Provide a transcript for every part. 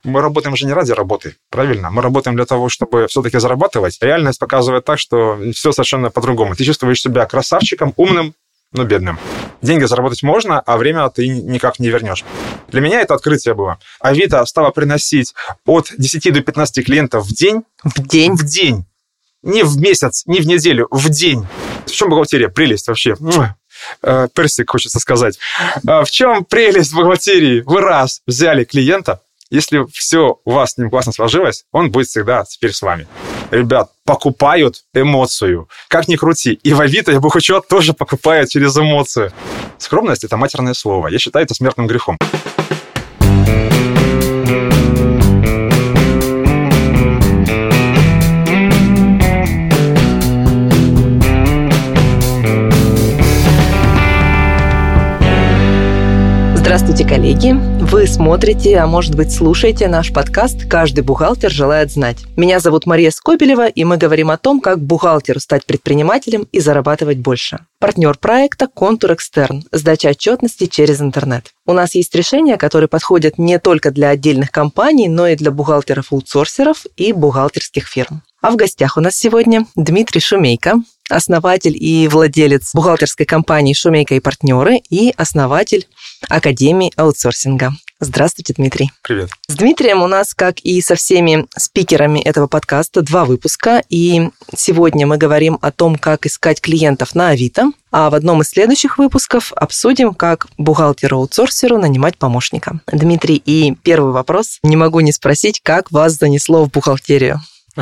Мы работаем же не ради работы, правильно? Мы работаем для того, чтобы все-таки зарабатывать. Реальность показывает так, что все совершенно по-другому. Ты чувствуешь себя красавчиком, умным, но бедным. Деньги заработать можно, а время ты никак не вернешь. Для меня это открытие было. Авито стало приносить от 10 до 15 клиентов в день. В день? В день. Не в месяц, не в неделю, в день. В чем бухгалтерия? Прелесть вообще. Персик, хочется сказать. В чем прелесть бухгалтерии? Вы раз взяли клиента, если все у вас с ним классно сложилось, он будет всегда теперь с вами. Ребят, покупают эмоцию. Как ни крути. И в Авито, и бухучет тоже покупают через эмоцию. Скромность – это матерное слово. Я считаю это смертным грехом. Здравствуйте, коллеги! Вы смотрите, а может быть слушаете наш подкаст «Каждый бухгалтер желает знать». Меня зовут Мария Скобелева, и мы говорим о том, как бухгалтеру стать предпринимателем и зарабатывать больше. Партнер проекта «Контур Экстерн» – сдача отчетности через интернет. У нас есть решения, которые подходят не только для отдельных компаний, но и для бухгалтеров-аутсорсеров и бухгалтерских фирм. А в гостях у нас сегодня Дмитрий Шумейко, основатель и владелец бухгалтерской компании «Шумейко и партнеры» и основатель Академии аутсорсинга. Здравствуйте, Дмитрий. Привет. С Дмитрием у нас, как и со всеми спикерами этого подкаста, 2 выпуска. И сегодня мы говорим о том, как искать клиентов на Авито. А в одном из следующих выпусков обсудим, как бухгалтеру-аутсорсеру нанимать помощника. Дмитрий, и первый вопрос. Не могу не спросить, как вас занесло в бухгалтерию?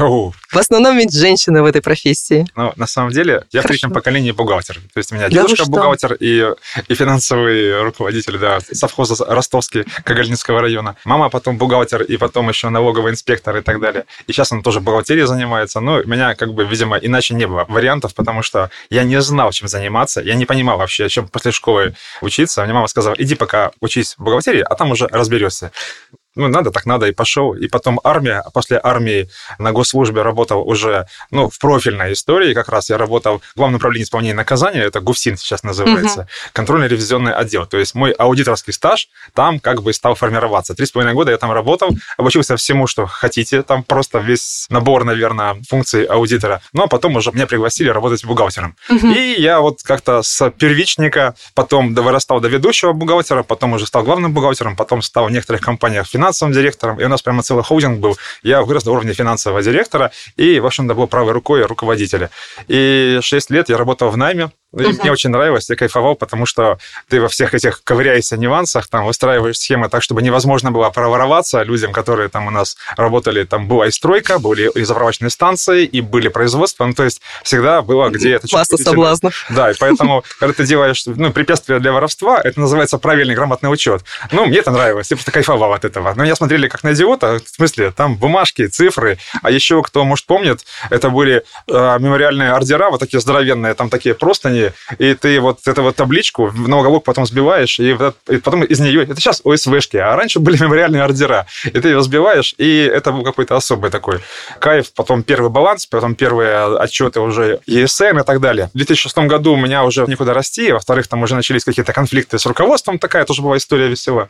В основном ведь женщины в этой профессии. Ну, на самом деле, я в 3-м поколении бухгалтер. То есть у меня дедушка бухгалтер и финансовый руководитель, да, совхоза Ростовский, Когалинского района. Мама потом бухгалтер и потом еще налоговый инспектор и так далее. И сейчас она тоже бухгалтерией занимается. Но у меня, видимо, иначе не было вариантов, потому что я не знал, чем заниматься. Я не понимал вообще, чем после школы учиться. Мне мама сказала, иди пока учись в бухгалтерии, а там уже разберешься. Надо, так надо, и пошел. И потом армия. После армии на госслужбе работал уже, в профильной истории. Как раз я работал в Главном управлении исполнения наказания, это ГУФСИН сейчас называется, контрольно-ревизионный отдел. То есть мой аудиторский стаж там стал формироваться. 3,5 года я там работал, обучился всему, что хотите. Там просто весь набор, наверное, функций аудитора. А потом уже меня пригласили работать бухгалтером. И я как-то с первичника, потом вырастал до ведущего бухгалтера, потом уже стал главным бухгалтером, потом стал в некоторых компаниях финансовым директором, и у нас прямо целый холдинг был. Я вырос до уровня финансового директора и, в общем-то, был правой рукой руководителя. И 6 лет я работал в найме. И мне очень нравилось, я кайфовал, потому что ты во всех этих ковыряешься нюансах, там выстраиваешь схемы так, чтобы невозможно было провороваться людям, которые там у нас работали. Там была и стройка, были и заправочные станции, и были производства. То есть всегда было, где это... Масса соблазнов. Да, и поэтому, когда ты делаешь препятствия для воровства, это называется правильный грамотный учет. Мне это нравилось, я просто кайфовал от этого. Но меня смотрели как на идиота, в смысле, там бумажки, цифры. А еще, кто, может, помнит, это были мемориальные ордера, вот такие здоровенные, там такие простыни, и ты эту табличку на уголок потом сбиваешь, и потом из нее... Это сейчас ОСВшки, а раньше были мемориальные ордера. И ты ее сбиваешь, и это был какой-то особый такой кайф. Потом первый баланс, потом первые отчеты уже ЕСН и так далее. В 2006 году у меня уже некуда расти, во-вторых, там уже начались какие-то конфликты с руководством, такая тоже была история веселая.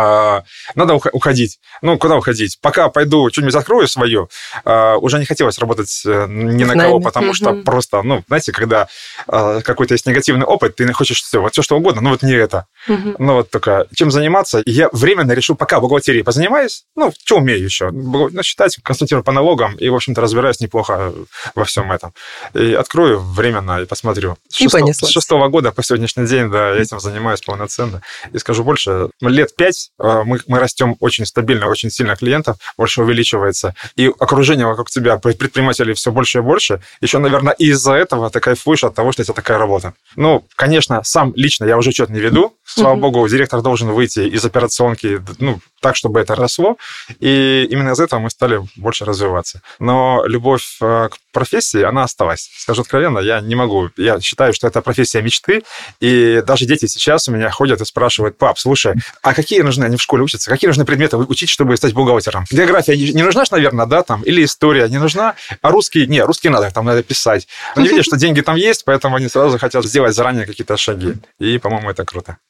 Надо уходить. Куда уходить? Пока пойду что-нибудь открою свое, уже не хотелось работать ни на кого, потому что просто, знаете, когда какой-то есть негативный опыт, ты хочешь все что угодно, не это. Только чем заниматься? И я временно решил, пока бухгалтерией позанимаюсь, что умею еще? Считать, консультирую по налогам, и, в общем-то, разбираюсь неплохо во всем этом. И открою временно и посмотрю. С 6 года по сегодняшний день, да, я этим занимаюсь полноценно. И скажу больше, лет 5 мы растем очень стабильно, очень сильно клиентов, больше увеличивается. И окружение вокруг тебя, предпринимателей все больше и больше. Еще, наверное, из-за этого ты кайфуешь от того, что у тебя такая работа. Конечно, сам лично я уже учет не веду. Слава богу, директор должен выйти из операционки, так, чтобы это росло. И именно из-за этого мы стали больше развиваться. Но любовь к профессии, она осталась. Скажу откровенно, я не могу. Я считаю, что это профессия мечты. И даже дети сейчас у меня ходят и спрашивают: пап, слушай, а какие нужны, они в школе учатся, какие нужны предметы учить, чтобы стать бухгалтером? География не нужна, наверное, да, там, или история не нужна, а русский надо, там надо писать. Но они видят, что деньги там есть, поэтому они сразу хотят сделать заранее какие-то шаги. И, по-моему, это круто.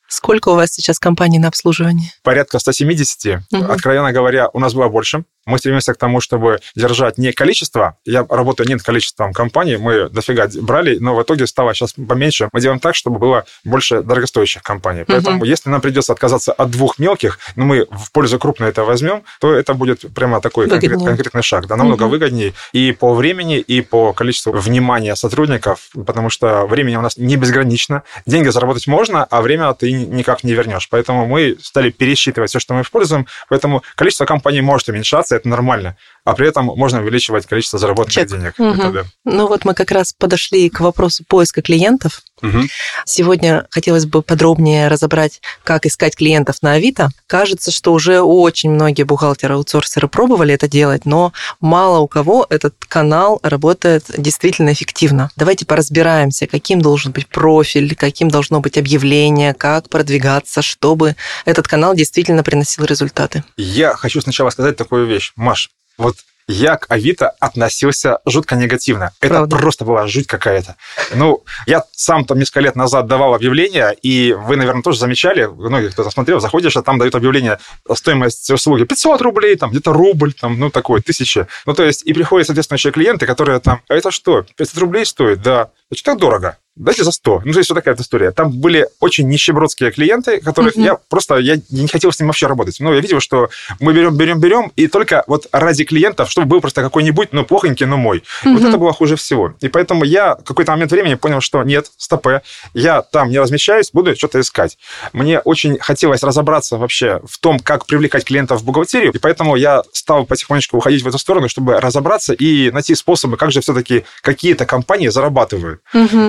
Сколько у вас сейчас компаний на обслуживании? Порядка 170. Откровенно говоря, у нас было больше. Мы стремимся к тому, чтобы держать не количество. Я работаю не над количеством компаний, мы дофига брали, но в итоге стало сейчас поменьше. Мы делаем так, чтобы было больше дорогостоящих компаний. Поэтому если нам придется отказаться от 2 мелких, но мы в пользу крупной это возьмем, то это будет прямо такой конкретный шаг. Да, намного выгоднее и по времени, и по количеству внимания сотрудников, потому что времени у нас не безгранично. Деньги заработать можно, а время ты никак не вернешь. Поэтому мы стали пересчитывать все, что мы используем. Поэтому количество компаний может уменьшаться, это нормально. А при этом можно увеличивать количество заработанных денег. Это, Ну вот мы как раз подошли к вопросу поиска клиентов. Сегодня хотелось бы подробнее разобрать, как искать клиентов на Авито. Кажется, что уже очень многие бухгалтеры-аутсорсеры пробовали это делать, но мало у кого этот канал работает действительно эффективно. Давайте поразбираемся, каким должен быть профиль, каким должно быть объявление, как продвигаться, чтобы этот канал действительно приносил результаты. Я хочу сначала сказать такую вещь. Маш, вот я к Авито относился жутко негативно. Это просто была жуть какая-то. Ну, я сам там несколько лет назад давал объявление, и вы, наверное, тоже замечали, многие кто-то смотрел, заходишь, а там дают объявление, стоимость услуги 500 рублей, там где-то рубль, там, ну, такой, 1000. Ну, то есть, и приходят, соответственно, еще клиенты, которые там, а это что, 500 рублей стоит? Да. Это так дорого. Дайте за 100. Ну, то есть, вот такая вот история. Там были очень нищебродские клиенты, которых я не хотел с ним вообще работать. Но я видел, что мы берем, и только вот ради клиентов, чтобы был просто какой-нибудь, ну, плохонький, но мой. Вот это было хуже всего. И поэтому я в какой-то момент времени понял, что нет, стопэ, я там не размещаюсь, буду что-то искать. Мне очень хотелось разобраться вообще в том, как привлекать клиентов в бухгалтерию, и поэтому я стал потихонечку уходить в эту сторону, чтобы разобраться и найти способы, как же все-таки какие-то компании зарабатывают.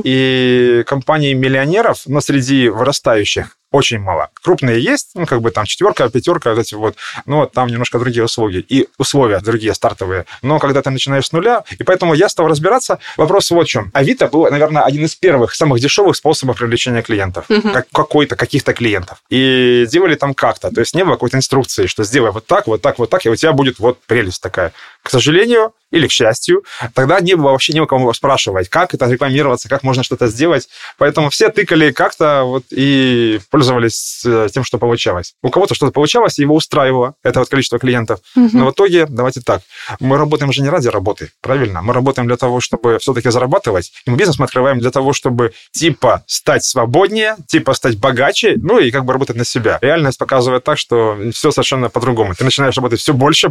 И компаний миллионеров, но среди вырастающих очень мало. Крупные есть, ну, как бы там 4, 5, вот эти вот, но там немножко другие услуги и условия другие стартовые. Но когда ты начинаешь с нуля, и поэтому я стал разбираться. Вопрос вот в чем. Авито был, наверное, один из первых, самых дешевых способов привлечения клиентов. Каких-то клиентов. И делали там как-то. То есть не было какой-то инструкции, что сделай вот так, и у тебя будет вот прелесть такая. К сожалению, или к счастью, тогда не было вообще ни у кого спрашивать, как это рекламироваться, как можно что-то сделать. Поэтому все тыкали как-то вот и пользовались тем, что получалось. У кого-то что-то получалось, его устраивало, это вот количество клиентов. Но в итоге, давайте так, мы работаем же не ради работы, правильно? Мы работаем для того, чтобы все-таки зарабатывать. И мы бизнес мы открываем для того, чтобы типа стать свободнее, типа стать богаче, ну и как бы работать на себя. Реальность показывает так, что все совершенно по-другому. Ты начинаешь работать все больше,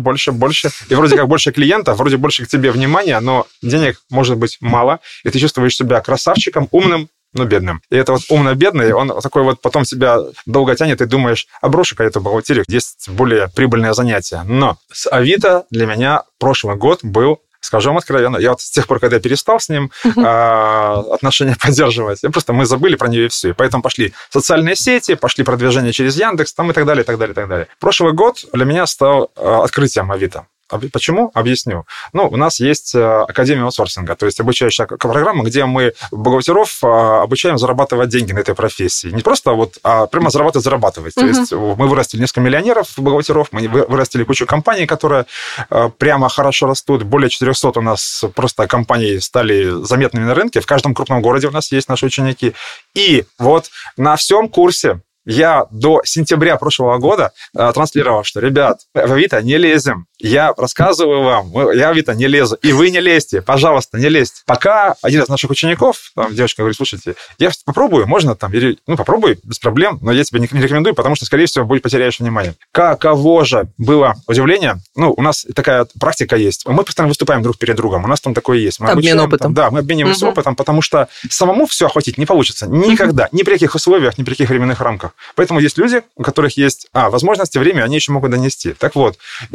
и вроде как больше клиентов, вроде больше к тебе внимания, но денег может быть мало, и ты чувствуешь себя красавчиком, умным, но бедным. И это вот умно-бедный, он такой вот потом себя долго тянет, и думаешь, а брошу-ка эту бухгалтерию, есть более прибыльное занятие. Но с Авито для меня прошлый год был, скажем откровенно, я вот с тех пор, когда я перестал с ним отношения поддерживать, мы забыли про нее и все. И поэтому пошли социальные сети, пошли продвижение через Яндекс, там и так далее, и так далее, и так далее. Прошлый год для меня стал открытием Авито. Почему? Объясню. Ну, у нас есть Академия аутсорсинга, то есть обучающая программа, где мы бухгалтеров обучаем зарабатывать деньги на этой профессии. Не просто вот, а прямо зарабатывать. То есть мы вырастили несколько миллионеров бухгалтеров, мы вырастили кучу компаний, которые прямо хорошо растут. Более 400 у нас просто компаний стали заметными на рынке. В каждом крупном городе у нас есть наши ученики. И вот на всем курсе я до сентября прошлого года транслировал, что, ребят, в Авито не лезем. Я рассказываю вам, я в Авито не лезу, и вы не лезьте, пожалуйста, не лезьте. Пока один из наших учеников, там, девочка говорит, слушайте, я попробую, можно там, попробуй, без проблем, но я тебе не рекомендую, потому что, скорее всего, потеряешь внимание. Каково же было удивление? Ну, у нас такая практика есть. Мы постоянно выступаем друг перед другом, у нас там такое есть. Мы обмен опытом. Да, мы обмениваемся опытом, потому что самому все охватить не получится никогда, ни при каких условиях, ни при каких временных рамках. Поэтому есть люди, у которых есть возможности, время, они еще могут донести. Так вот,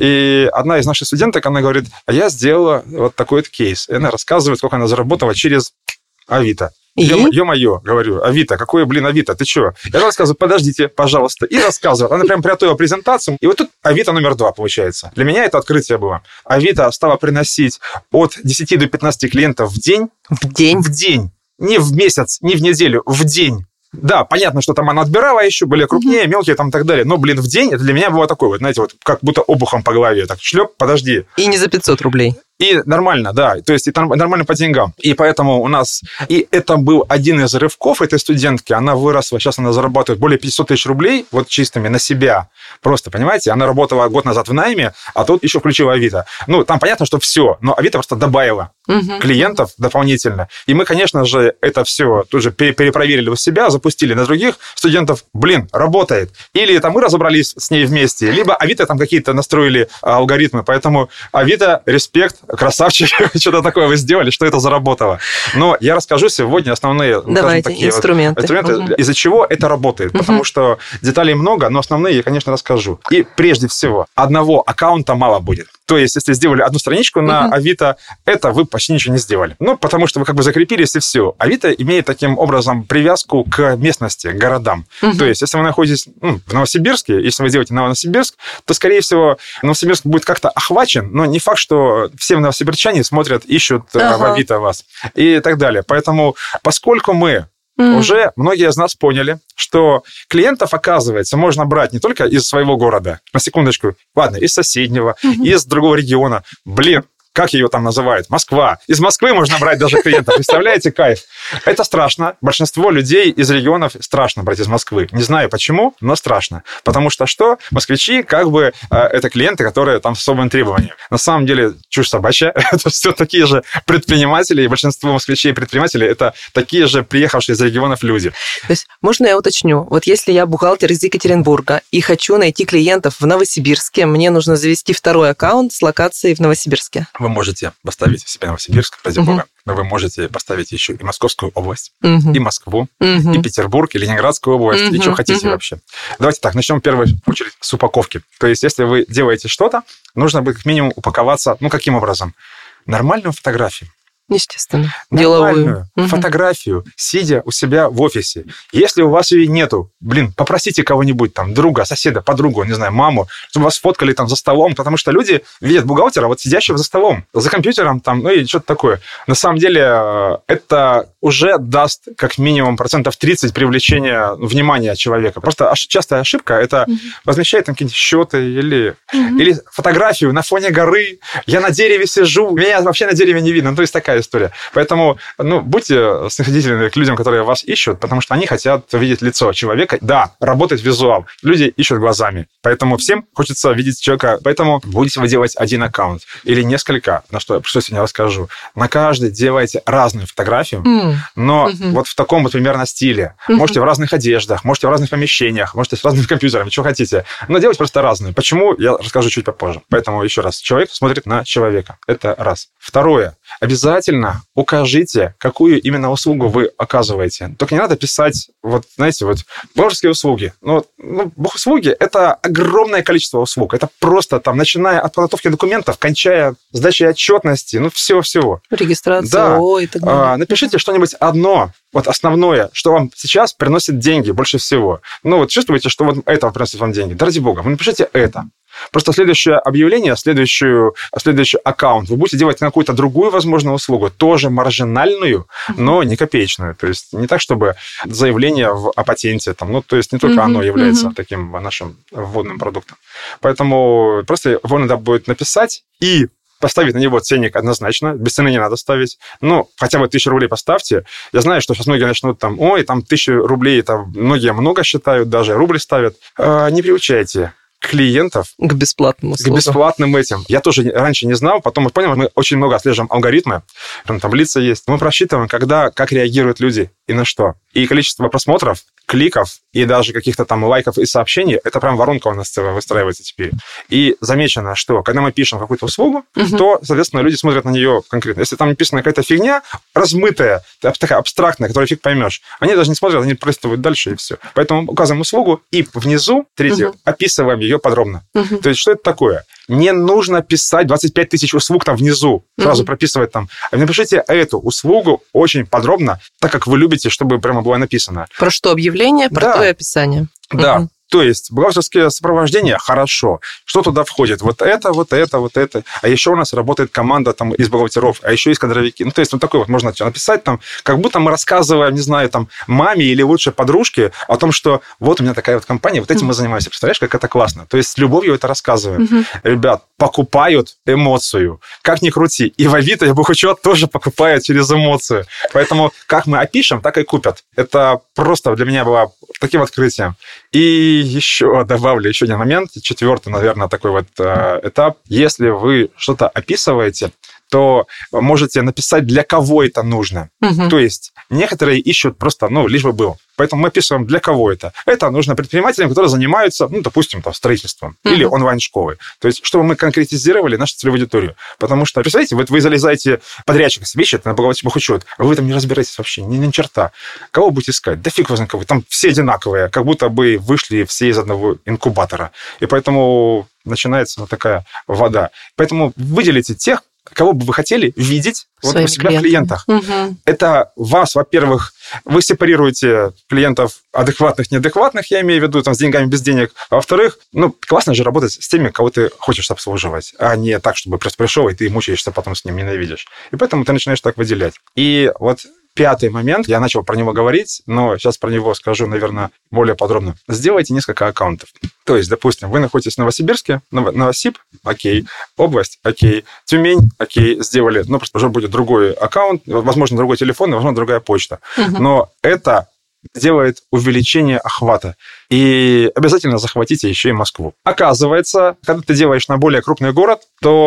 и одна из наших студенток, она говорит, а я сделала вот такой-то кейс. И она рассказывает, сколько она заработала через Авито. Ё-моё, говорю, Авито, какое, Авито, ты чё? Я рассказываю, подождите, пожалуйста. И рассказывает. Она прям приготовила презентацию. И вот тут Авито номер 2 получается. Для меня это открытие было. Авито стало приносить от 10 до 15 клиентов в день. В день? В день. Не в месяц, не в неделю, в день. Да, понятно, что там она отбирала еще, были крупнее, мелкие там и так далее. Но, в день это для меня было такое, вот, знаете, вот как будто обухом по голове. Так, шлеп, подожди. И не за 500 рублей. И нормально, да, то есть и нормально по деньгам. И поэтому у нас... И это был один из рывков этой студентки. Она выросла, сейчас она зарабатывает более 500 тысяч рублей, вот чистыми, на себя. Просто, понимаете, она работала год назад в найме, а тут еще включила Авито. Ну, там понятно, что все, но Авито просто добавила клиентов дополнительно. И мы, конечно же, это все тут же перепроверили у себя, запустили на других студентов. Блин, работает. Или там мы разобрались с ней вместе, либо Авито там какие-то настроили алгоритмы. Поэтому Авито, респект, красавчик, что-то такое вы сделали, что это заработало. Но я расскажу сегодня основные такие инструменты, из-за чего это работает. Потому что деталей много, но основные я, конечно, расскажу. И прежде всего, одного аккаунта мало будет. То есть, если сделали одну страничку на Авито, это вы почти ничего не сделали. Ну, потому что вы как бы закрепились, и все. Авито имеет таким образом привязку к местности, к городам. То есть, если вы находитесь в Новосибирске, если вы делаете Новосибирск, то, скорее всего, Новосибирск будет как-то охвачен, но не факт, что все новосибирчане смотрят, ищут в Авито вас и так далее. Поэтому, поскольку мы уже многие из нас поняли, что клиентов, оказывается, можно брать не только из своего города, на секундочку, ладно, из соседнего, из другого региона. Блин, как ее там называют? Москва. Из Москвы можно брать даже клиентов. Представляете, кайф? Это страшно. Большинство людей из регионов страшно брать из Москвы. Не знаю почему, но страшно. Потому что что? Москвичи как бы это клиенты, которые там с особым требованием. На самом деле чушь собачья. Это все такие же предприниматели, и большинство москвичей и предпринимателей это такие же приехавшие из регионов люди. То есть можно я уточню? Вот если я бухгалтер из Екатеринбурга и хочу найти клиентов в Новосибирске, мне нужно завести второй аккаунт с локацией в Новосибирске. Вы можете поставить в себя Новосибирск, ради бога, но вы можете поставить еще и Московскую область, и Москву, и Петербург, и Ленинградскую область, и что хотите вообще. Давайте так, начнем в первую очередь с упаковки. То есть, если вы делаете что-то, нужно будет как минимум упаковаться, каким образом? Нормальную фотографию. Естественно. Нормальную фотографию, сидя у себя в офисе. Если у вас ее нету, попросите кого-нибудь, там, друга, соседа, подругу, не знаю, маму, чтобы вас фоткали там за столом, потому что люди видят бухгалтера вот сидящего за столом, за компьютером, там, и что-то такое. На самом деле, это уже даст как минимум 30% привлечения внимания человека. Просто частая ошибка, это возмещает там какие-то счеты или фотографию на фоне горы, я на дереве сижу, меня вообще на дереве не видно. То есть такая история. Поэтому, будьте снисходительны к людям, которые вас ищут, потому что они хотят видеть лицо человека. Да, работает визуал. Люди ищут глазами. Поэтому всем хочется видеть человека. Поэтому будете вы делать один аккаунт или несколько, на что сегодня расскажу. На каждый делайте разную фотографию, но вот в таком вот примерно стиле. Можете в разных одеждах, можете в разных помещениях, можете с разными компьютерами, что хотите. Но делать просто разную. Почему, я расскажу чуть попозже. Поэтому еще раз. Человек смотрит на человека. Это раз. Второе. Обязательно укажите, какую именно услугу вы оказываете. Только не надо писать, бухгалтерские услуги. Услуги – это огромное количество услуг. Это просто там, начиная от подготовки документов, кончая сдачей отчетности, всего-всего. Регистрация, и так далее. Напишите что-нибудь одно, основное, что вам сейчас приносит деньги больше всего. Чувствуете, что это приносит вам деньги. Да ради бога, вы напишите это. Просто следующее объявление, следующий аккаунт вы будете делать на какую-то другую, возможно, услугу, тоже маржинальную, но не копеечную. То есть не так, чтобы заявление о патенте, то есть не только оно является таким нашим вводным продуктом. Поэтому просто его надо будет написать и поставить на него ценник однозначно, без цены не надо ставить. Хотя бы 1000 рублей поставьте. Я знаю, что сейчас многие начнут 1000 рублей, это многие много считают, даже рубль ставят. Не приучайте клиентов к бесплатным услугам. К бесплатным этим. Я тоже раньше не знал, потом мы поняли, мы очень много отслеживаем алгоритмы, там таблица есть. Мы просчитываем, как реагируют люди и на что. И количество просмотров, кликов и даже каких-то там лайков и сообщений, это прям воронка у нас целая выстраивается теперь. И замечено, что когда мы пишем какую-то услугу, то, соответственно, люди смотрят на нее конкретно. Если там написана какая-то фигня, размытая, такая абстрактная, которую фиг поймешь, они даже не смотрят, они пролистывают дальше и все. Поэтому указываем услугу и внизу, третье, описываем ее подробно. То есть, что это такое? Не нужно писать 25 тысяч услуг там внизу, сразу прописывать там. Напишите эту услугу очень подробно, так как вы любите, чтобы прямо было написано. Про что объявление, про то и описание. Да. То есть бухгалтерское сопровождение хорошо. Что туда входит? Вот это. А еще у нас работает команда там из бухгалтеров, а еще есть кадровики. То есть вот такой вот можно написать там, как будто мы рассказываем, не знаю, там, маме или лучшей подружке о том, что вот у меня такая вот компания, вот этим мы занимаемся. Представляешь, как это классно? То есть с любовью это рассказываем. Ребят, покупают эмоцию. Как ни крути. И в Авито, и бухучет тоже покупают через эмоцию. Поэтому как мы опишем, так и купят. Это просто для меня было таким открытием. И еще добавлю еще один момент, 4-й, наверное, такой вот этап. Если вы что-то описываете, то можете написать, для кого это нужно. То есть некоторые ищут просто, лишь бы был. Поэтому мы описываем, для кого это. Это нужно предпринимателям, которые занимаются, допустим, строительством или онлайн-школой. То есть, чтобы мы конкретизировали нашу целевую аудиторию. Потому что, представляете, вот вы залезаете, подрядчик себе ищет на бухучет, а вы там не разбираетесь вообще, ни черта. Кого будете искать? Да фиг возьми, кого. Там все одинаковые, как будто бы вышли все из одного инкубатора. И поэтому начинается такая вода. Поэтому выделите тех, кого бы вы хотели видеть у себя в клиентах. Это вас, во-первых, вы сепарируете клиентов адекватных, неадекватных, я имею в виду, там, с деньгами, без денег. А во-вторых, классно же работать с теми, кого ты хочешь обслуживать, а не так, чтобы просто пришел, и ты мучаешься потом с ним, ненавидишь. И поэтому ты начинаешь так выделять. И вот 5-й момент, я начал про него говорить, но сейчас про него скажу, наверное, более подробно. Сделайте несколько аккаунтов. То есть, допустим, вы находитесь в Новосибирске, Новосиб, окей, область, окей, Тюмень, окей, сделали, просто уже будет другой аккаунт, возможно, другой телефон, возможно, другая почта. Но это делает увеличение охвата. И обязательно захватите еще и Москву. Оказывается, когда ты делаешь на более крупный город,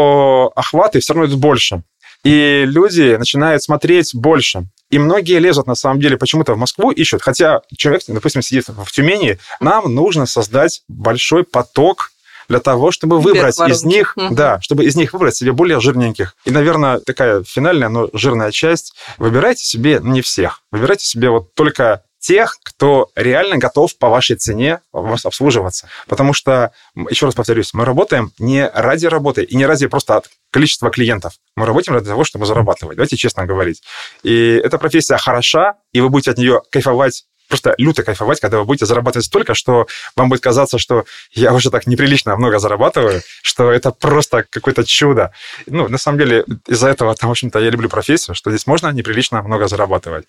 то охваты все равно идут больше. И люди начинают смотреть больше. И многие лезут, на самом деле, почему-то в Москву ищут. Хотя человек, допустим, сидит в Тюмени, нам нужно создать большой поток для того, чтобы выбрать из них, чтобы из них выбрать себе более жирненьких. И, наверное, такая финальная, но жирная часть. Выбирайте себе не всех. Выбирайте себе вот только тех, кто реально готов по вашей цене вас обслуживаться. Потому что, еще раз повторюсь, мы работаем не ради работы и не ради просто количества клиентов. Мы работаем ради того, чтобы зарабатывать. Давайте честно говорить. И эта профессия хороша, и вы будете от нее кайфовать, просто люто кайфовать, когда вы будете зарабатывать столько, что вам будет казаться, что я уже так неприлично много зарабатываю, что это просто какое-то чудо. На самом деле, из-за этого, в общем-то, я люблю профессию, что здесь можно неприлично много зарабатывать.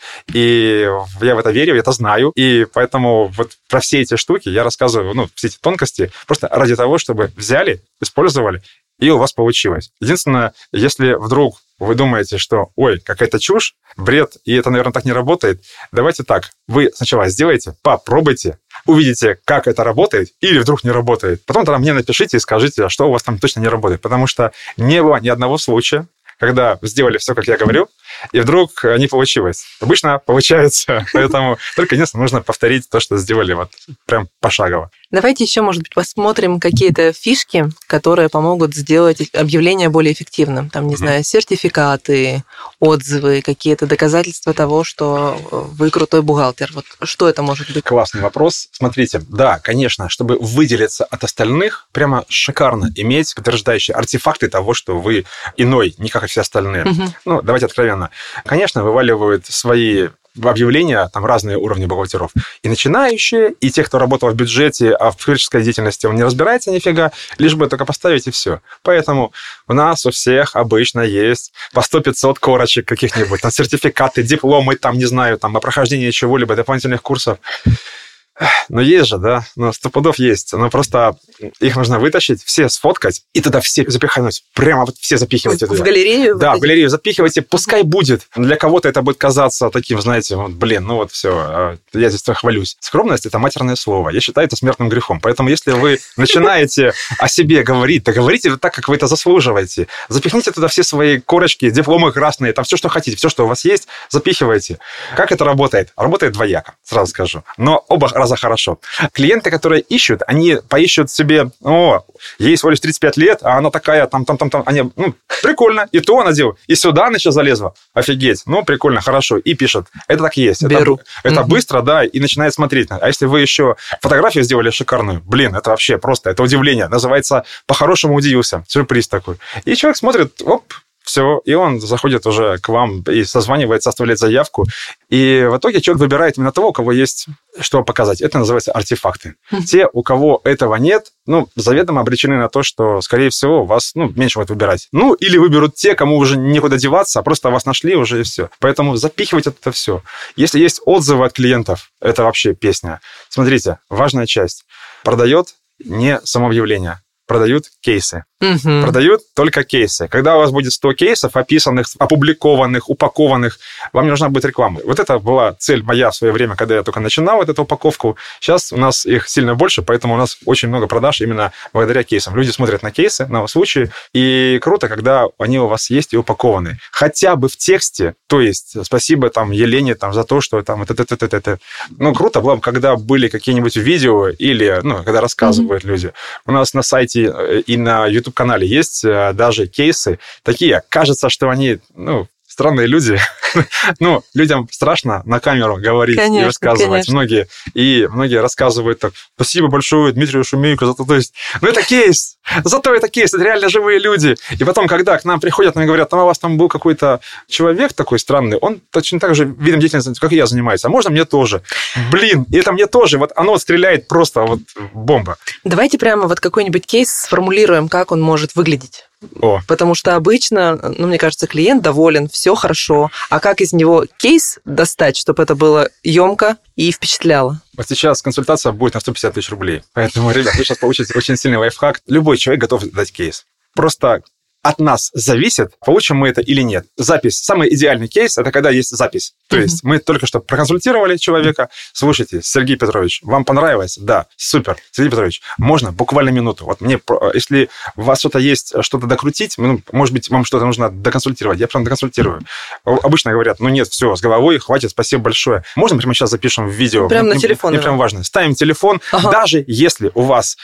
И я в это верю, я это знаю, и поэтому вот про все эти штуки я рассказываю, все эти тонкости, просто ради того, чтобы взяли, использовали, и у вас получилось. Единственное, если вдруг вы думаете, что, ой, какая-то чушь, бред, и это, наверное, так не работает, давайте так. Вы сначала сделайте, попробуйте, увидите, как это работает, или вдруг не работает. Потом тогда мне напишите и скажите, что у вас там точно не работает. Потому что не было ни одного случая, когда сделали все, как я говорю, и вдруг не получилось. Обычно получается, поэтому только единственное, нужно повторить то, что сделали вот прям пошагово. Давайте еще, может быть, посмотрим какие-то фишки, которые помогут сделать объявление более эффективным. Там, не знаю, сертификаты, отзывы, какие-то доказательства того, что вы крутой бухгалтер. Вот что это может быть? Классный вопрос. Смотрите, да, конечно, чтобы выделиться от остальных, прямо шикарно иметь подтверждающие артефакты того, что вы иной, не как и все остальные. Давайте откровенно. Конечно, вываливают свои объявления, там разные уровни бухгалтеров. И начинающие, и те, кто работал в бюджете, а в коммерческой деятельности он не разбирается нифига, лишь бы только поставить и все. Поэтому у нас у всех обычно есть по 100-500 корочек каких-нибудь, там сертификаты, дипломы, там, не знаю, там, о прохождении чего-либо, дополнительных курсов. Но есть же, да, 100 пудов есть. Но просто их нужно вытащить, все сфоткать и туда все запихнуть. Прямо вот все запихивайте туда. В галерею? Да, в галерею запихивайте, пускай будет. Для кого-то это будет казаться таким, знаете, все, я здесь хвалюсь. Скромность – это матерное слово. Я считаю это смертным грехом. Поэтому если вы начинаете о себе говорить, то говорите так, как вы это заслуживаете. Запихните туда все свои корочки, дипломы красные, там все, что хотите, все, что у вас есть, запихивайте. Как это работает? Работает двояко, сразу скажу. Но оба раза хорошо. Клиенты, которые ищут, они поищут себе, ей всего лишь 35 лет, а она такая, там, они, прикольно, и то она делает, и сюда она сейчас залезла, офигеть, прикольно, хорошо, и пишет, это так и есть. Беру. Это быстро, да, и начинает смотреть. А если вы еще фотографию сделали шикарную, это вообще просто, это удивление, называется, по-хорошему удивился, сюрприз такой. И человек смотрит, все, и он заходит уже к вам и созванивается, оставляет заявку. И в итоге человек выбирает именно того, у кого есть что показать. Это называется артефакты. Те, у кого этого нет, заведомо обречены на то, что, скорее всего, вас меньше будет выбирать. Или выберут те, кому уже некуда деваться, а просто вас нашли уже и все. Поэтому запихивать это все. Если есть отзывы от клиентов, это вообще песня. Смотрите, важная часть. Продает не самообъявление. Продают кейсы. Продают только кейсы. Когда у вас будет 100 кейсов, описанных, опубликованных, упакованных, вам не нужна будет реклама. Вот это была цель моя в свое время, когда я только начинал эту упаковку. Сейчас у нас их сильно больше, поэтому у нас очень много продаж именно благодаря кейсам. Люди смотрят на кейсы, на случаи, и круто, когда они у вас есть и упакованы. Хотя бы в тексте, то есть спасибо Елене за то, что это. Круто было бы, когда были какие-нибудь видео или, когда рассказывают люди. У нас на сайте и на YouTube-канале есть даже кейсы такие. Кажется, что они, странные люди. Людям страшно на камеру говорить, конечно, и рассказывать. Конечно. Многие рассказывают так: спасибо большое Дмитрию Шумейко за то. То есть, это кейс. Зато это кейс, это реально живые люди. И потом, когда к нам приходят, нам говорят: у вас там был какой-то человек такой странный, он точно так же видом деятельности, как и я, занимается. А можно мне тоже? Блин, и это мне тоже. Оно стреляет просто бомба. Давайте прямо какой-нибудь кейс сформулируем, как он может выглядеть. Потому что обычно, мне кажется, клиент доволен, все хорошо. А как из него кейс достать, чтобы это было емко и впечатляло? Вот сейчас консультация будет на 150 тысяч рублей. Поэтому, ребят, вы сейчас получите очень сильный лайфхак. Любой человек готов дать кейс. Просто от нас зависит, получим мы это или нет. Запись. Самый идеальный кейс – это когда есть запись. То есть мы только что проконсультировали человека. Слушайте, Сергей Петрович, вам понравилось? Да, супер. Сергей Петрович, можно буквально минуту? Мне, если у вас что-то есть, что-то докрутить, может быть, вам что-то нужно доконсультировать, я прям доконсультирую. Обычно говорят: нет, все, с головой, хватит, спасибо большое. Можно прямо сейчас запишем в видео? Прям на телефон. Мне прям важно. Ставим телефон, даже если у вас,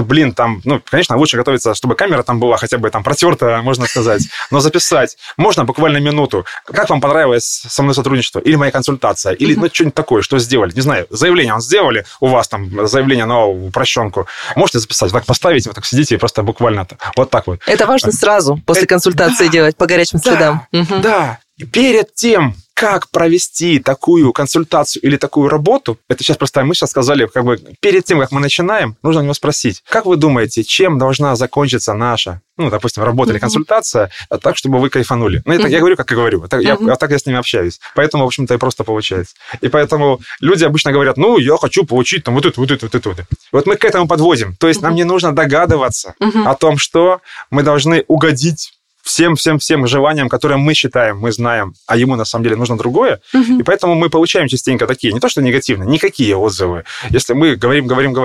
конечно, лучше готовиться, чтобы камера там была хотя бы протерта, можно сказать, но записать можно буквально минуту. Как вам понравилось со мной сотрудничество? Или моя консультация? Или что-нибудь такое, что сделали? Не знаю, заявление сделали, у вас заявление на упрощенку. Можете записать, поставить, сидите и просто буквально вот так вот. Это важно сразу после консультации делать по горячим следам. Да. Перед тем, как провести такую консультацию или такую работу, это сейчас просто мы сейчас сказали, перед тем, как мы начинаем, нужно у него спросить: как вы думаете, чем должна закончиться наша, допустим, работа или консультация, так, чтобы вы кайфанули? Это я говорю, как я говорю. Так я с ними общаюсь. Поэтому, в общем-то, и просто получается. И поэтому люди обычно говорят: я хочу получить вот это. Вот мы к этому подводим. То есть нам не нужно догадываться о том, что мы должны угодить всем желаниям, которые мы считаем, мы знаем, а ему на самом деле нужно другое. И поэтому мы получаем частенько такие, не то что негативные, никакие отзывы. Если мы говорим,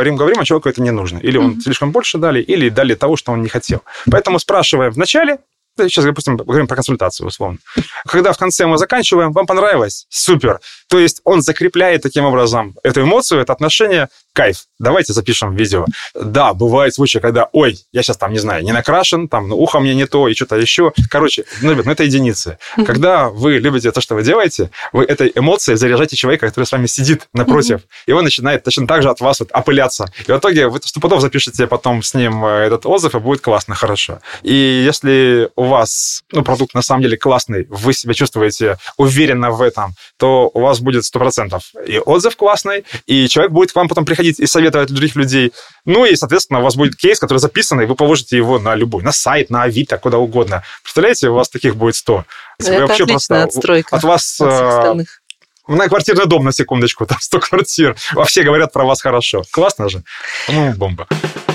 а человеку это не нужно. Или он слишком больше дали, или дали того, что он не хотел. Поэтому спрашиваем вначале. Сейчас, допустим, говорим про консультацию, условно. Когда в конце мы заканчиваем: вам понравилось? Супер. То есть он закрепляет таким образом эту эмоцию, это отношение. Кайф. Давайте запишем видео. Да, бывают случаи, когда, я сейчас не накрашен, ухо мне не то, и что-то еще. Короче, это единицы. Когда вы любите то, что вы делаете, вы этой эмоцией заряжаете человека, который с вами сидит напротив, и он начинает точно так же от вас опыляться. И в итоге вы стопудово запишете потом с ним этот отзыв, и будет классно, хорошо. И если у вас продукт на самом деле классный, вы себя чувствуете уверенно в этом, то у вас будет 100% и отзыв классный, и человек будет к вам потом приходить и советовать других людей. И, соответственно, у вас будет кейс, который записан, и вы положите его на сайт, на Авито, куда угодно. Представляете, у вас таких будет 100. Это вообще отличная отстройка. От вас... Многоквартирный дом, на секундочку, 100 квартир. Вообще говорят про вас хорошо. Классно же? Бомба.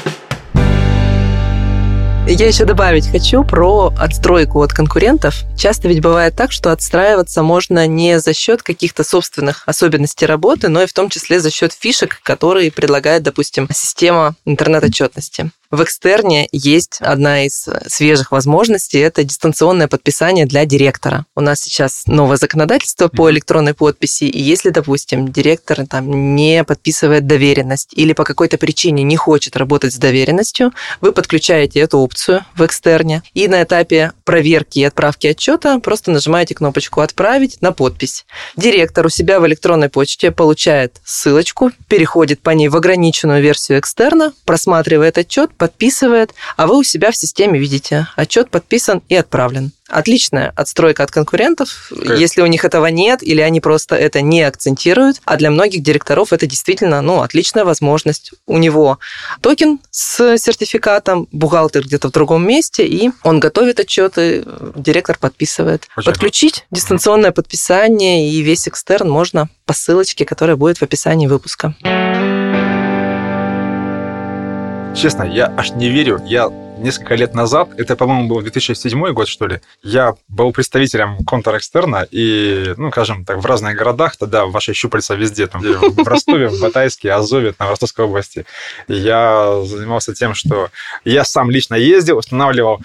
Я еще добавить хочу про отстройку от конкурентов. Часто ведь бывает так, что отстраиваться можно не за счет каких-то собственных особенностей работы, но и в том числе за счет фишек, которые предлагает, допустим, система интернет-отчетности. В экстерне есть одна из свежих возможностей – это дистанционное подписание для директора. У нас сейчас новое законодательство по электронной подписи, и если, допустим, директор не подписывает доверенность или по какой-то причине не хочет работать с доверенностью, вы подключаете эту опцию в экстерне, и на этапе проверки и отправки отчета просто нажимаете кнопочку «Отправить» на подпись. Директор у себя в электронной почте получает ссылочку, переходит по ней в ограниченную версию экстерна, просматривает отчет, подписывает, а вы у себя в системе видите, отчет подписан и отправлен. Отличная отстройка от конкурентов, если у них этого нет, или они просто это не акцентируют. А для многих директоров это действительно, отличная возможность. У него токен с сертификатом, бухгалтер где-то в другом месте, и он готовит отчеты, директор подписывает. Подключить дистанционное подписание и весь экстерн можно по ссылочке, которая будет в описании выпуска. Честно, я аж не верю. Я несколько лет назад, это, по-моему, был 2007 год, что ли, я был представителем контр-экстерна, и, скажем так, в разных городах, тогда ваши щупальца везде, там, в Ростове, в Батайске, Азове, в Ростовской области. Я занимался тем, что я сам лично ездил, устанавливал,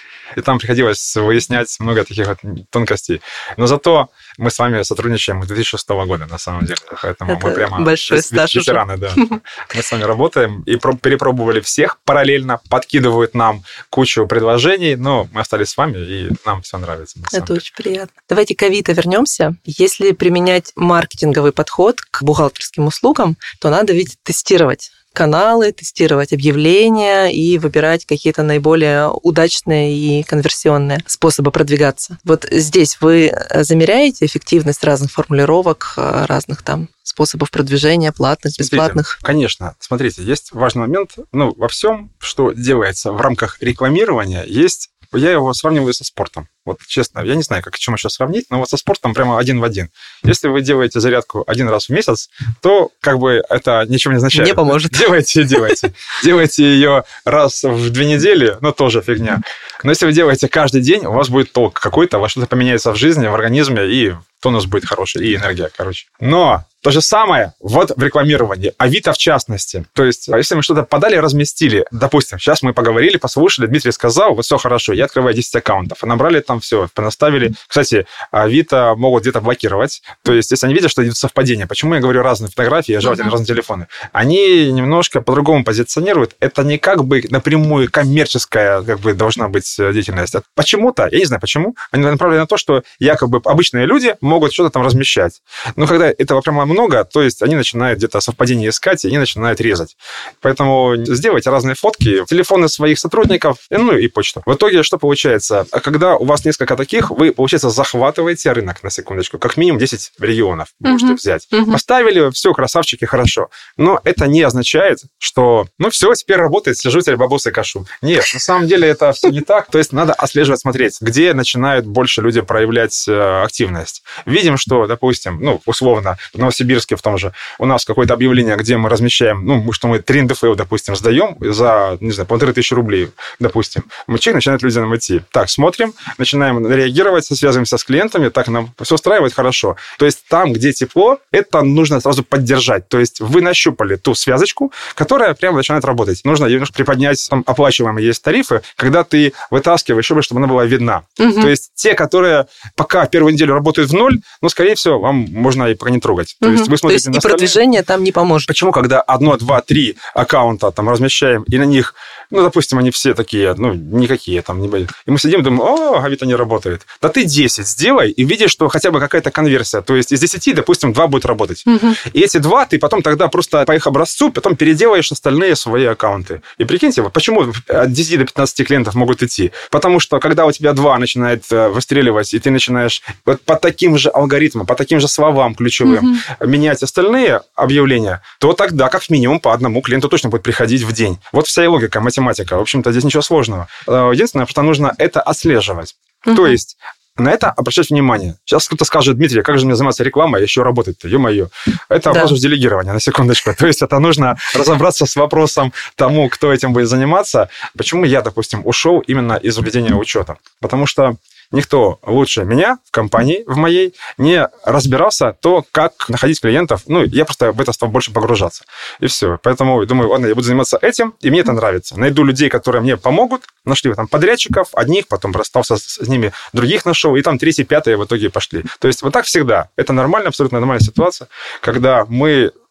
и там приходилось выяснять много таких вот тонкостей. Но зато мы с вами сотрудничаем с 2006 года, на самом деле. Поэтому это мы прямо большой стаж ветераны, да. Мы с вами работаем и перепробовали всех параллельно, подкидывают нам кучу предложений, но мы остались с вами, и нам все нравится. Это очень приятно. Давайте к Авито вернемся. Если применять маркетинговый подход к бухгалтерским услугам, то надо ведь тестировать каналы, тестировать объявления и выбирать какие-то наиболее удачные и конверсионные способы продвигаться. Вот здесь вы замеряете эффективность разных формулировок, разных там способов продвижения, платных, бесплатных? Конечно. Смотрите, есть важный момент. Во всем, что делается в рамках рекламирования, есть... Я его сравниваю со спортом. Вот честно, я не знаю, к чему еще сравнить, но вот со спортом прямо один в один. Если вы делаете зарядку один раз в месяц, то это ничего не означает. Не поможет. Делайте. Делайте ее раз в 2 недели, тоже фигня. Но если вы делаете каждый день, у вас будет толк какой-то, у вас что-то поменяется в жизни, в организме, и тонус будет хороший, и энергия, Но то же самое вот в рекламировании, Авито в частности. То есть, если мы что-то подали, разместили, допустим, сейчас мы поговорили, послушали, Дмитрий сказал, вот все хорошо, я открываю 10 аккаунтов, набрали там все, понаставили. Кстати, Авито могут где-то блокировать. То есть, если они видят, что идет совпадение, почему я говорю разные фотографии, желательно разные телефоны, они немножко по-другому позиционируют. Это не как бы напрямую коммерческая должна быть деятельность. Почему-то, я не знаю почему, они направлены на то, что якобы обычные люди могут что-то там размещать. Но когда этого прямо много, то есть они начинают где-то совпадение искать, и они начинают резать. Поэтому сделайте разные фотки, телефоны своих сотрудников, и почту. В итоге что получается? Когда у вас несколько таких, вы, получается, захватываете рынок, на секундочку, как минимум 10 регионов можете взять. Поставили, все, красавчики, хорошо. Но это не означает, что, все, теперь работает, сижу, теперь бабосы кашу. Нет, на самом деле это все не так. То есть надо отслеживать, смотреть, где начинают больше люди проявлять активность. Видим, что, допустим, условно, в Новосибирске в том же, у нас какое-то объявление, где мы размещаем, что мы 3 НДФЛ, допустим, сдаем за, 1500 рублей, допустим. Человек начинает люди нам идти. Так, смотрим, начинаем реагировать, связываемся с клиентами, так, нам все устраивает хорошо. То есть там, где тепло, это нужно сразу поддержать. То есть вы нащупали ту связочку, которая прямо начинает работать. Нужно немножко приподнять, там оплачиваемые есть тарифы, когда ты вытаскиваешь, чтобы она была видна. То есть те, которые пока первую неделю работают в ноль, скорее всего, вам можно и пока не трогать. То есть вы смотрите на продвижение там не поможет. Почему, когда 1, 2, 3 аккаунта там размещаем, и на них, допустим, они все такие, никакие там не будет. И мы сидим и думаем, Авито не работает. Да ты 10 сделай, и видишь, что хотя бы какая-то конверсия. То есть из 10, допустим, 2 будет работать. И эти 2 ты потом тогда просто по их образцу потом переделаешь остальные свои аккаунты. И прикиньте, почему от 10 до 15 клиентов могут идти? Потому что когда у тебя 2 начинает выстреливать, и ты начинаешь вот по таким же алгоритмам, по таким же словам ключевым менять остальные объявления, то тогда как минимум по одному клиенту точно будет приходить в день. Вот вся и логика, математика. В общем-то, здесь ничего сложного. Единственное, что нужно это отслеживать. То есть на это обращать внимание. Сейчас кто-то скажет, Дмитрий, как же мне заниматься рекламой, еще работать-то, ё-моё. Это вопрос делегирования, на секундочку. То есть это нужно разобраться с вопросом тому, кто этим будет заниматься. Почему я, допустим, ушел именно из ведения учета? Потому что никто лучше меня в компании, в моей, не разбирался то, как находить клиентов. Я просто в это стал больше погружаться. И все. Поэтому думаю, ладно, я буду заниматься этим, и мне это нравится. Найду людей, которые мне помогут. Нашли там подрядчиков, одних, потом расстался с ними, других нашел, и там 3-5 в итоге пошли. То есть вот так всегда. Это нормально, абсолютно нормальная ситуация, когда мы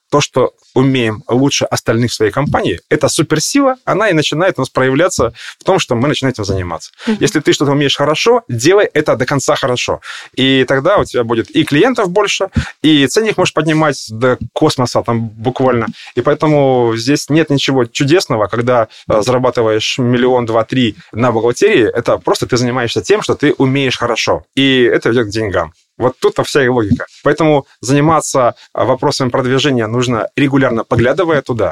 то, что умеем лучше остальных в своей компании, это суперсила, она и начинает у нас проявляться в том, что мы начинаем этим заниматься. Если ты что-то умеешь хорошо, делай это до конца хорошо. И тогда у тебя будет и клиентов больше, и ценник можешь поднимать до космоса там буквально. И поэтому здесь нет ничего чудесного, когда зарабатываешь 1 миллион, 2, 3 на бухгалтерии, это просто ты занимаешься тем, что ты умеешь хорошо. И это ведет к деньгам. Вот тут-то вся и логика. Поэтому заниматься вопросами продвижения нужно регулярно, поглядывая туда,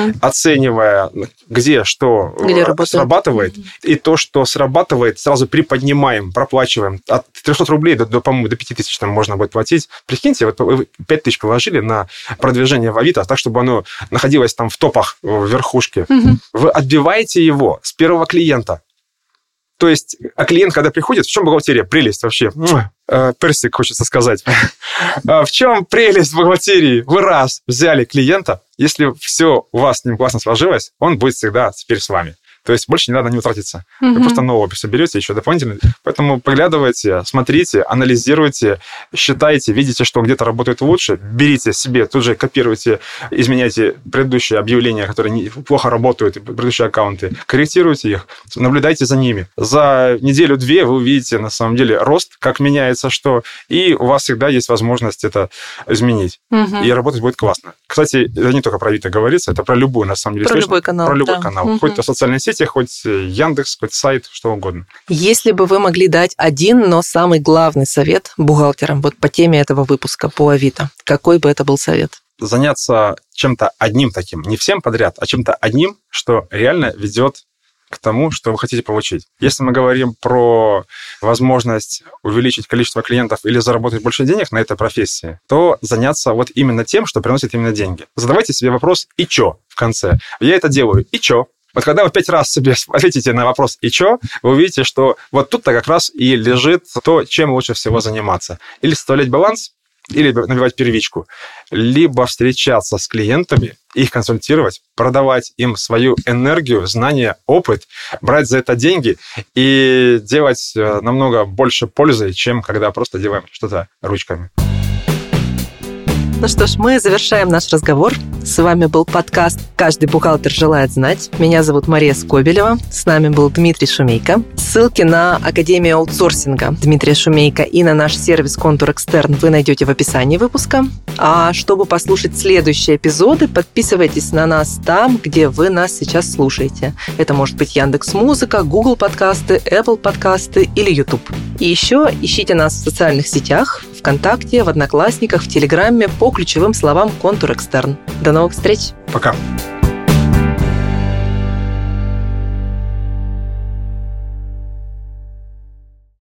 оценивая, где что срабатывает. И то, что срабатывает, сразу приподнимаем, проплачиваем. От 300 рублей по-моему, до 5000 там можно будет платить. Прикиньте, вот вы 5000 положили на продвижение в Авито, так, чтобы оно находилось там в топах, в верхушке. Вы отбиваете его с первого клиента. То есть, а клиент, когда приходит, в чем бухгалтерия? Прелесть вообще. Персик, хочется сказать. В чем прелесть бухгалтерии? Вы раз взяли клиента, если все у вас с ним классно сложилось, он будет всегда теперь с вами. То есть больше не надо на него тратиться. Вы просто нового соберете еще дополнительно. Поэтому поглядывайте, смотрите, анализируйте, считайте, видите, что где-то работает лучше, берите себе, тут же копируйте, изменяйте предыдущие объявления, которые плохо работают, предыдущие аккаунты, корректируйте их, наблюдайте за ними. За неделю-две вы увидите, на самом деле, рост, как меняется что, и у вас всегда есть возможность это изменить. И работать будет классно. Кстати, это не только про Авито говорится, это про любой, на самом деле. Про любой канал. Про любой канал. Хоть то социальные сети, хоть Яндекс, хоть сайт, что угодно. Если бы вы могли дать один, но самый главный совет бухгалтерам вот по теме этого выпуска по Авито, какой бы это был совет? Заняться чем-то одним таким, не всем подряд, а чем-то одним, что реально ведет к тому, что вы хотите получить. Если мы говорим про возможность увеличить количество клиентов или заработать больше денег на этой профессии, то заняться вот именно тем, что приносит именно деньги. Задавайте себе вопрос «и чё?» в конце. Я это делаю «и чё?» Вот когда вы 5 раз себе ответите на вопрос «и чё?», вы увидите, что вот тут-то как раз и лежит то, чем лучше всего заниматься. Или составлять баланс, или набивать первичку, либо встречаться с клиентами, их консультировать, продавать им свою энергию, знания, опыт, брать за это деньги и делать намного больше пользы, чем когда просто делаем что-то ручками. Ну что ж, мы завершаем наш разговор. С вами был подкаст «Каждый бухгалтер желает знать». Меня зовут Мария Скобелева. С нами был Дмитрий Шумейко. Ссылки на Академию аутсорсинга Дмитрия Шумейко и на наш сервис «Контур Экстерн» вы найдете в описании выпуска. А чтобы послушать следующие эпизоды, подписывайтесь на нас там, где вы нас сейчас слушаете. Это может быть Яндекс.Музыка, Google подкасты, Apple подкасты или YouTube. И еще ищите нас в социальных сетях, ВКонтакте, в Одноклассниках, в Телеграме по ключевым словам «Контур Экстерн». До новых встреч! Пока!